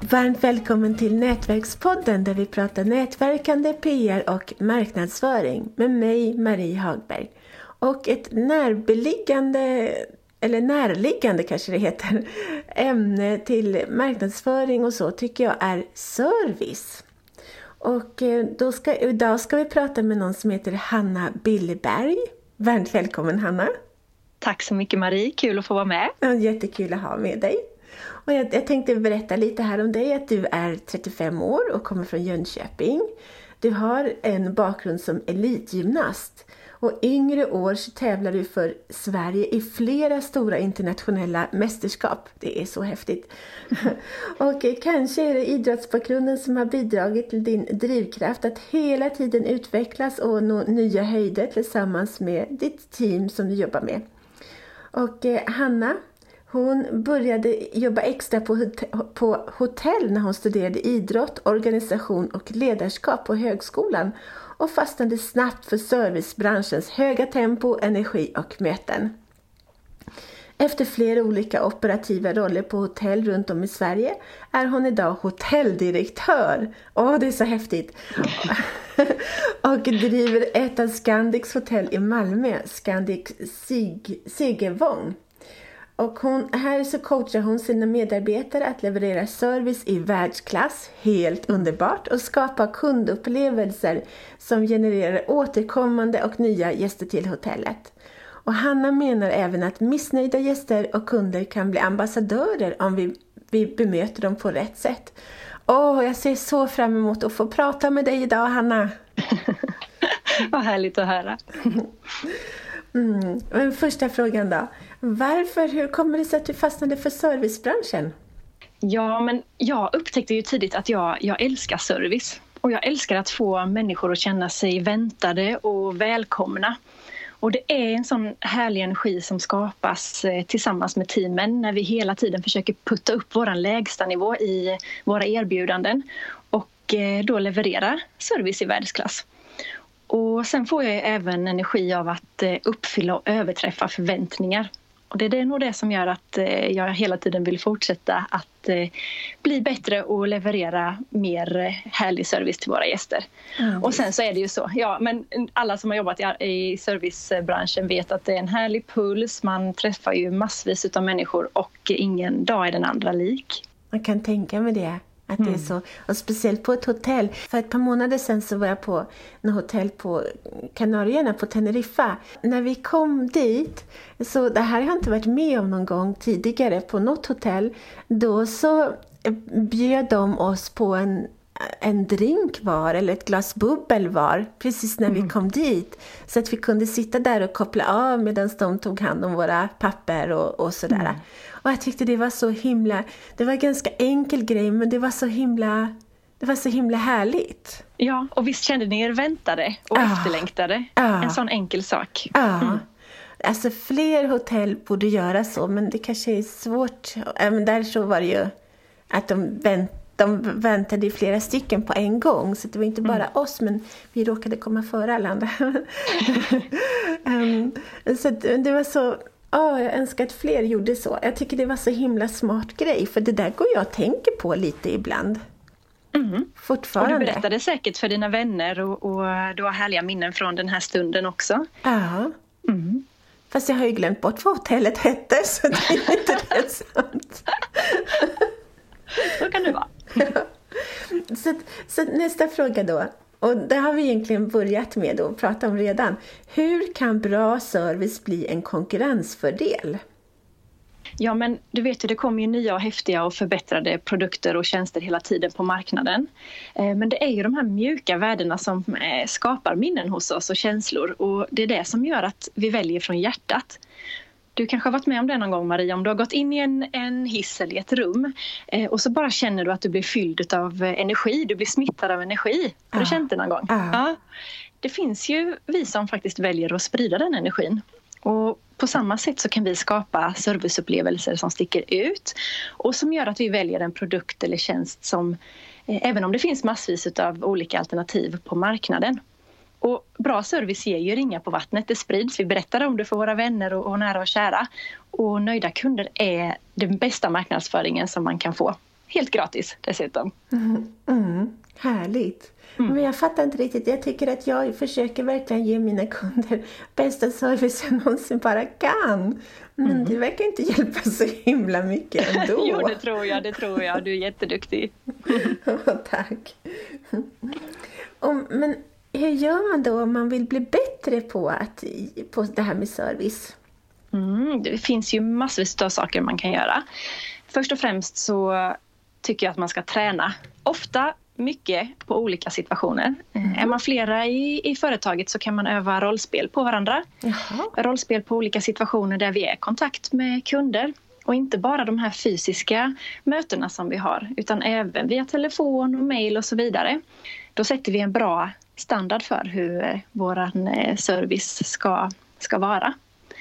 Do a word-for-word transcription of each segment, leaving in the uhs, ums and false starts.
Varmt välkommen till Nätverkspodden där vi pratar nätverkande, P R och marknadsföring med mig, Marie Hagberg. Och ett närbeliggande, eller närliggande kanske det heter, ämne till marknadsföring och så tycker jag är service. Och då ska, idag ska vi prata med någon som heter Hanna Billeberg. Varmt välkommen Hanna. Tack så mycket Marie, kul att få vara med. Ja, jättekul att ha med dig. Och jag, jag tänkte berätta lite här om dig, att du är trettiofem år och kommer från Jönköping. Du har en bakgrund som elitgymnast och yngre år så tävlar du för Sverige i flera stora internationella mästerskap. Det är så häftigt. Och kanske är det idrottsbakgrunden som har bidragit till din drivkraft att hela tiden utvecklas och nå nya höjder tillsammans med ditt team som du jobbar med. Och eh, Hanna, hon började jobba extra på, hot- på hotell när hon studerade idrott, organisation och ledarskap på högskolan och fastnade snabbt för servicebranschens höga tempo, energi och möten. Efter flera olika operativa roller på hotell runt om i Sverige är hon idag hotelldirektör. Åh, det är så häftigt! Och driver ett av Scandics hotell i Malmö, Scandic Sig- Segervång. Och hon, här så coachar hon sina medarbetare att leverera service i världsklass, helt underbart, och skapa kundupplevelser som genererar återkommande och nya gäster till hotellet. Och Hanna menar även att missnöjda gäster och kunder kan bli ambassadörer om vi, vi bemöter dem på rätt sätt. Åh, jag ser så fram emot att få prata med dig idag, Hanna. Vad härligt att höra. Mm. Men första frågan då. Varför, hur kommer det sig att du fastnade för servicebranschen? Ja, men jag upptäckte ju tidigt att jag, jag älskar service. Och jag älskar att få människor att känna sig väntade och välkomna. Och det är en sån härlig energi som skapas tillsammans med teamen när vi hela tiden försöker putta upp våran lägsta nivå i våra erbjudanden och då leverera service i världsklass. Och sen får jag även energi av att uppfylla och överträffa förväntningar. Och det är nog det som gör att jag hela tiden vill fortsätta att bli bättre och leverera mer härlig service till våra gäster. Mm. Och sen så är det ju så, ja, men alla som har jobbat i servicebranschen vet att det är en härlig puls. Man träffar ju massvis av människor och ingen dag är den andra lik. Man kan tänka med det. Att det är så. Och speciellt på ett hotell. För ett par månader sedan så var jag på en hotell på Kanarieöarna på Teneriffa. När vi kom dit, så det här har jag inte varit med om någon gång tidigare på något hotell. Då så bjöd de oss på en, en drink var eller ett glas bubbel var. Precis när mm. vi kom dit. Så att vi kunde sitta där och koppla av medan de tog hand om våra papper och, och sådär. Mm. Och jag tyckte det var så himla, det var en ganska enkel grej men det var så himla, det var så himla härligt. Ja, och visst kände ni er väntade och ah. efterlängtade. Ah. En sån enkel sak. Ja, mm. Alltså fler hotell borde göra så men det kanske är svårt. Även där så var det ju att de väntade. De väntade i flera stycken på en gång. Så det var inte bara mm. oss. Men vi råkade komma före alla andra. um, så det var så... Oh, jag önskar att fler gjorde så. Jag tycker det var så himla smart grej. För det där går jag och tänker på lite ibland. Mm. Fortfarande. Och du berättade säkert för dina vänner. Och, och du har härliga minnen från den här stunden också. Ja. Mm. Fast jag har ju glömt bort vad hotellet hette. Så det är inte rätt sant. Så kan det vara. så, så nästa fråga då. Och det har vi egentligen börjat med att prata om redan. Hur kan bra service bli en konkurrensfördel? Ja, men du vet ju, det kommer ju nya och häftiga och förbättrade produkter och tjänster hela tiden på marknaden. Men det är ju de här mjuka värdena som skapar minnen hos oss och känslor. Och det är det som gör att vi väljer från hjärtat. Du kanske har varit med om det någon gång, Maria, om du har gått in i en, en hiss eller i ett rum eh, och så bara känner du att du blir fylld av energi, du blir smittad av energi. Har du ah. känt det någon gång? Ah. Ja. Det finns ju vi som faktiskt väljer att sprida den energin. Och på samma sätt så kan vi skapa serviceupplevelser som sticker ut och som gör att vi väljer en produkt eller tjänst som, eh, även om det finns massvis av olika alternativ på marknaden. Och bra service ger ju ringar på vattnet, det sprids. Vi berättar om det för våra vänner och, och nära och kära. Och nöjda kunder är den bästa marknadsföringen som man kan få. helt gratis dessutom. Mm, mm, härligt. Mm. Men jag fattar inte riktigt. Jag tycker att jag försöker verkligen ge mina kunder bästa service jag någonsin bara kan. Men mm. det verkar inte hjälpa så himla mycket ändå. Jo, det tror jag, det tror jag. Du är jätteduktig. Oh, tack. Och, men hur gör man då om man vill bli bättre på, att, på det här med service? Mm, det finns ju massvis av saker man kan göra. Först och främst så tycker jag att man ska träna. Ofta mycket på olika situationer. Mm. Är man flera i, i företaget så kan man öva rollspel på varandra. Jaha. Rollspel på olika situationer där vi är i kontakt med kunder. Och inte bara de här fysiska mötena som vi har, utan även via telefon och mejl och så vidare. Då sätter vi en bra standard för hur vår service ska, ska vara.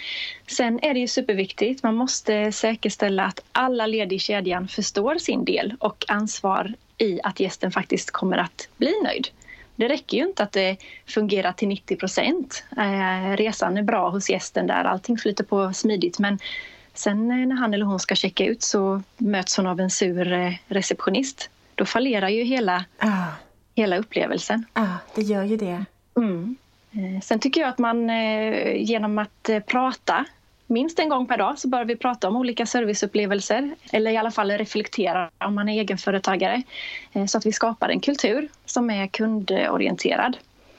Sen är det ju superviktigt, man måste säkerställa att alla led i kedjan förstår sin del och ansvar i att gästen faktiskt kommer att bli nöjd. Det räcker ju inte att det fungerar till nittio procent. Resan är bra hos gästen där, allting flyter på smidigt, men sen när han eller hon ska checka ut så möts hon av en sur receptionist. Då fallerar ju hela, ah. hela upplevelsen. Ja, ah, det gör ju det. Mm. Sen tycker jag att man genom att prata minst en gång per dag så bör vi prata om olika serviceupplevelser. Eller i alla fall reflektera om man är egenföretagare. Så att vi skapar en kultur som är kundorienterad.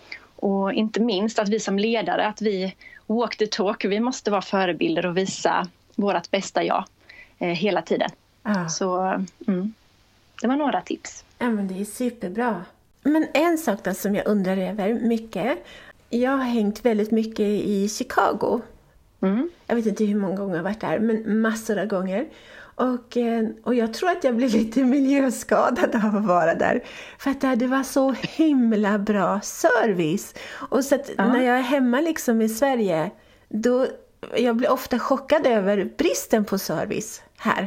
Och inte minst att vi som ledare, att vi walk the talk. Vi måste vara förebilder och visa vårt bästa jag eh, hela tiden. Ah. Så mm, det var några tips. Ja, men det är superbra. Men en sak då som jag undrar över mycket. Jag har hängt väldigt mycket i Chicago. Mm. Jag vet inte hur många gånger jag har varit där, men massor av gånger. Och, och jag tror att jag blev lite miljöskadad av att vara där. För att det var så himla bra service. Och så att ah. när jag är hemma liksom i Sverige, då jag blir ofta chockad över bristen på service här.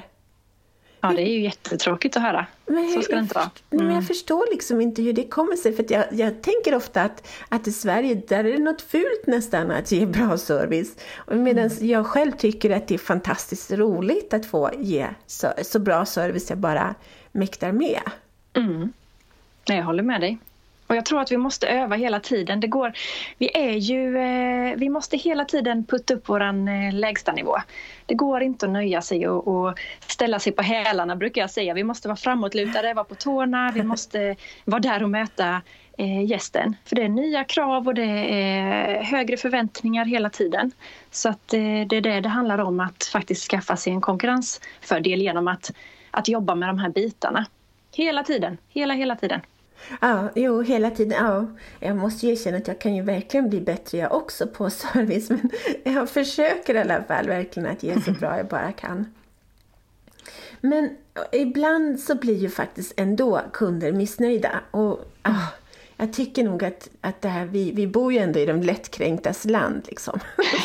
Ja, det är ju jättetråkigt att höra. Men så ska det inte vara. Mm. Men jag förstår liksom inte hur det kommer sig. För att jag, jag tänker ofta att, att i Sverige där är det något fult nästan att ge bra service. Medan mm. jag själv tycker att det är fantastiskt roligt att få ge så, så bra service jag bara mäktar med. Mm. Jag håller med dig. Och jag tror att vi måste öva hela tiden. Det går, vi, är ju, eh, vi måste hela tiden putta upp våran eh, lägsta nivå. Det går inte att nöja sig och, och ställa sig på hälarna, brukar jag säga. Vi måste vara framåtlutade, vara på tårna. Vi måste vara där och möta eh, gästen. För det är nya krav och det är högre förväntningar hela tiden. Så att, eh, det är det det handlar om, att faktiskt skaffa sig en konkurrensfördel genom att, att jobba med de här bitarna. Hela tiden, hela, hela tiden. Ja, jo, hela tiden. Ja. Jag måste ju erkänna att jag kan ju verkligen bli bättre jag också på service. Men jag försöker i alla fall verkligen att ge så bra jag bara kan. Men ibland så blir ju faktiskt ändå kunder missnöjda. Och ah, jag tycker nog att, att det här, vi, vi bor ju ändå i de lättkränktas land liksom.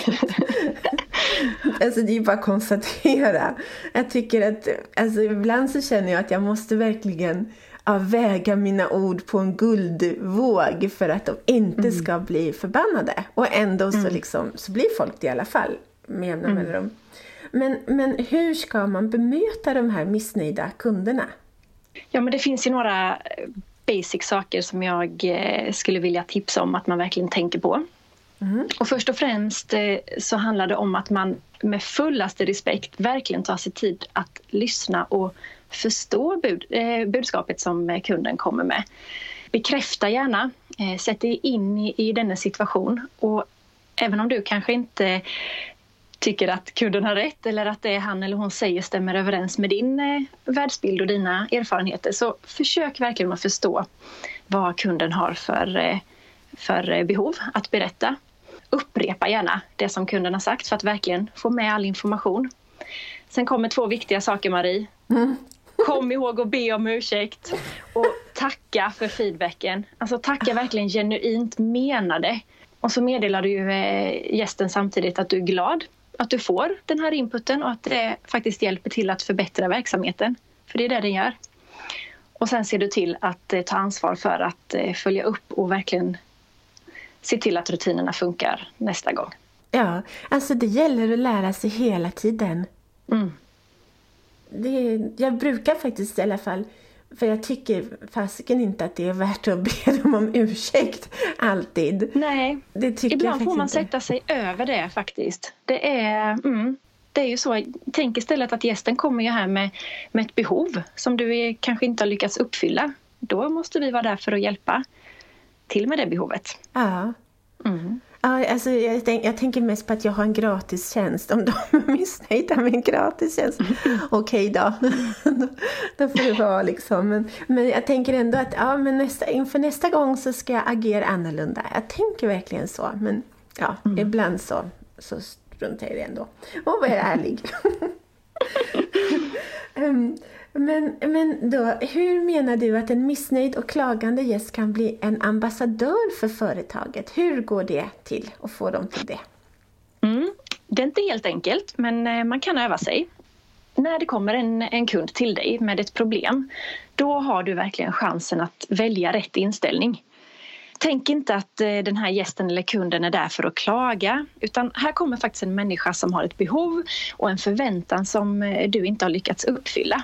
Alltså det är ju bara att konstatera. Jag tycker att alltså, ibland så känner jag att jag måste verkligen väga mina ord på en guldvåg för att de inte mm. ska bli förbannade. Och ändå så, liksom, så blir folk det i alla fall med jämna mm. mellanrum. Men, men hur ska man bemöta de här missnöjda kunderna? Ja, men det finns ju några basic saker som jag skulle vilja tipsa om att man verkligen tänker på. Mm. Och först och främst så handlar det om att man med fullaste respekt verkligen tar sig tid att lyssna och förstå bud, eh, budskapet som kunden kommer med. Bekräfta gärna, eh, sätt dig in i, i denna situation. Och även om du kanske inte tycker att kunden har rätt eller att det han eller hon säger stämmer överens med din eh, världsbild och dina erfarenheter, så försök verkligen att förstå vad kunden har för, eh, för behov att berätta. Upprepa gärna det som kunden har sagt för att verkligen få med all information. Sen kommer två viktiga saker, Marie. Mm. Kom ihåg att be om ursäkt och tacka för feedbacken. Alltså tacka verkligen genuint menade. Och så meddelar du ju gästen samtidigt att du är glad att du får den här inputen och att det faktiskt hjälper till att förbättra verksamheten. För det är det den gör. Och sen ser du till att ta ansvar för att följa upp och verkligen se till att rutinerna funkar nästa gång. Ja, alltså det gäller att lära sig hela tiden. Mm. det, jag brukar faktiskt i alla fall, för jag tycker fasiken inte att det är värt att be dem om ursäkt alltid. Nej, det tycker ibland jag får man inte. sätta sig över det faktiskt. Det är, mm, det är ju så, tänk istället att gästen kommer ju här med, med ett behov som du är, kanske inte har lyckats uppfylla. Då måste vi vara där för att hjälpa till med det behovet. Ja. Mm. Ja, alltså jag, tänk, jag tänker mest på att jag har en gratis tjänst. Om de är missnöjda med en gratis tjänst, okej då. Då får det vara liksom. Men, men jag tänker ändå att ja, men nästa, inför nästa gång så ska jag agera annorlunda. Jag tänker verkligen så. Men ja, mm. ibland så, så struntar jag i det ändå. Och vad är ärlig. um, Men, men då, hur menar du att en missnöjd och klagande gäst kan bli en ambassadör för företaget? Hur går det till att få dem till det? Mm, det är inte helt enkelt, men man kan öva sig. När det kommer en, en kund till dig med ett problem, då har du verkligen chansen att välja rätt inställning. Tänk inte att den här gästen eller kunden är där för att klaga, utan här kommer faktiskt en människa som har ett behov och en förväntan som du inte har lyckats uppfylla.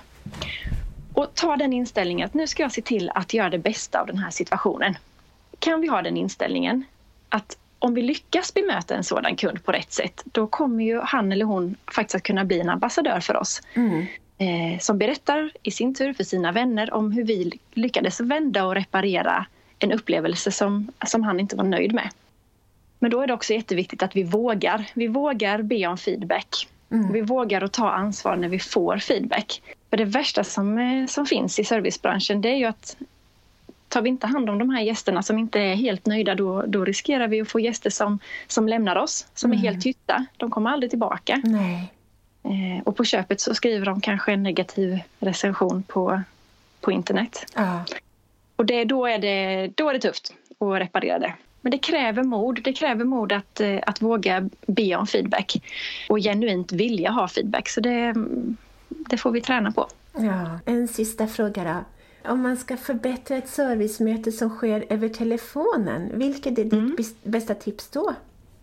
Och ta den inställningen att nu ska jag se till att göra det bästa av den här situationen. Kan vi ha den inställningen att om vi lyckas bemöta en sådan kund på rätt sätt, då kommer ju han eller hon faktiskt att kunna bli en ambassadör för oss. Mm. Eh, som berättar i sin tur för sina vänner om hur vi lyckades vända och reparera en upplevelse som, som han inte var nöjd med. Men då är det också jätteviktigt att vi vågar. Vi vågar be om feedback. Mm. Vi vågar att ta ansvar när vi får feedback. För det värsta som, som finns i servicebranschen, det är ju att tar vi inte hand om de här gästerna som inte är helt nöjda, då, då riskerar vi att få gäster som, som lämnar oss, som mm. är helt tysta. De kommer aldrig tillbaka. Nej. Eh, och på köpet så skriver de kanske en negativ recension på, på internet. Ja. Och det, då, är det, då är det tufft att reparera det. Men det kräver mod. Det kräver mod att, att våga be om feedback. Och genuint vilja ha feedback. Så det, det får vi träna på. Ja, en sista fråga då. Om man ska förbättra ett servicemöte som sker över telefonen, vilket är ditt mm. bästa tips då?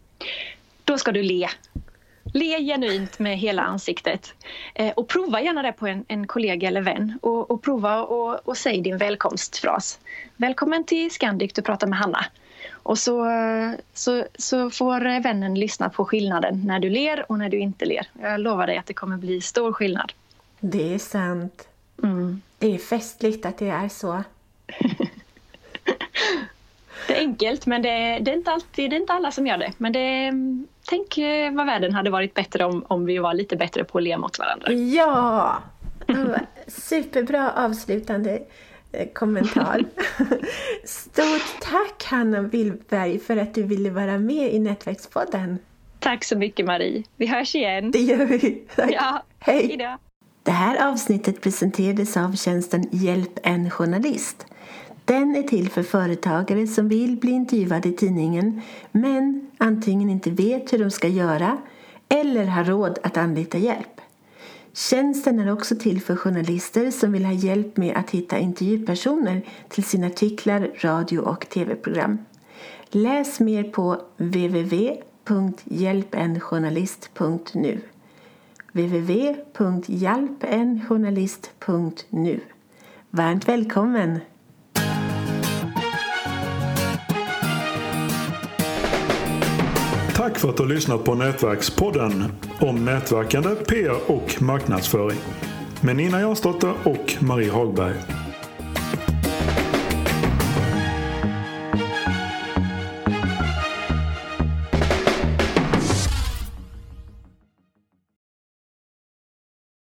Då ska du le. Le genuint med hela ansiktet. Eh, och prova gärna det på en, en kollega eller vän. Och, och prova och, och säg din välkomstfras. Välkommen till Scandic, du pratar med Hanna. Och så, så, så får vännen lyssna på skillnaden när du ler och när du inte ler. Jag lovar dig att det kommer bli stor skillnad. Det är sant. Mm. Det är festligt att det är så. Det är enkelt, men det är, det är inte alltid, det är inte alla som gör det. Men det, tänk vad världen hade varit bättre om, om vi var lite bättre på att le mot varandra. Ja! Superbra avslutande kommentar. Stort tack Hanna Willberg för att du ville vara med i Nätverkspodden. Tack så mycket Marie. Vi hörs igen. Det gör vi. Tack. Ja, hej. Hejdå. Det här avsnittet presenterades av tjänsten Hjälp en journalist. Den är till för företagare som vill bli intervjuade i tidningen men antingen inte vet hur de ska göra eller har råd att anlita hjälp. Tjänsten är också till för journalister som vill ha hjälp med att hitta intervjupersoner till sina artiklar, radio- och tv-program. Läs mer på w w w punkt hjälp en journalist punkt nu. w w w punkt hjälp en journalist punkt nu. Varmt välkommen! Tack för att du har lyssnat på Nätverkspodden om nätverkande, P R och marknadsföring med Nina Jansdotter och Marie Hagberg.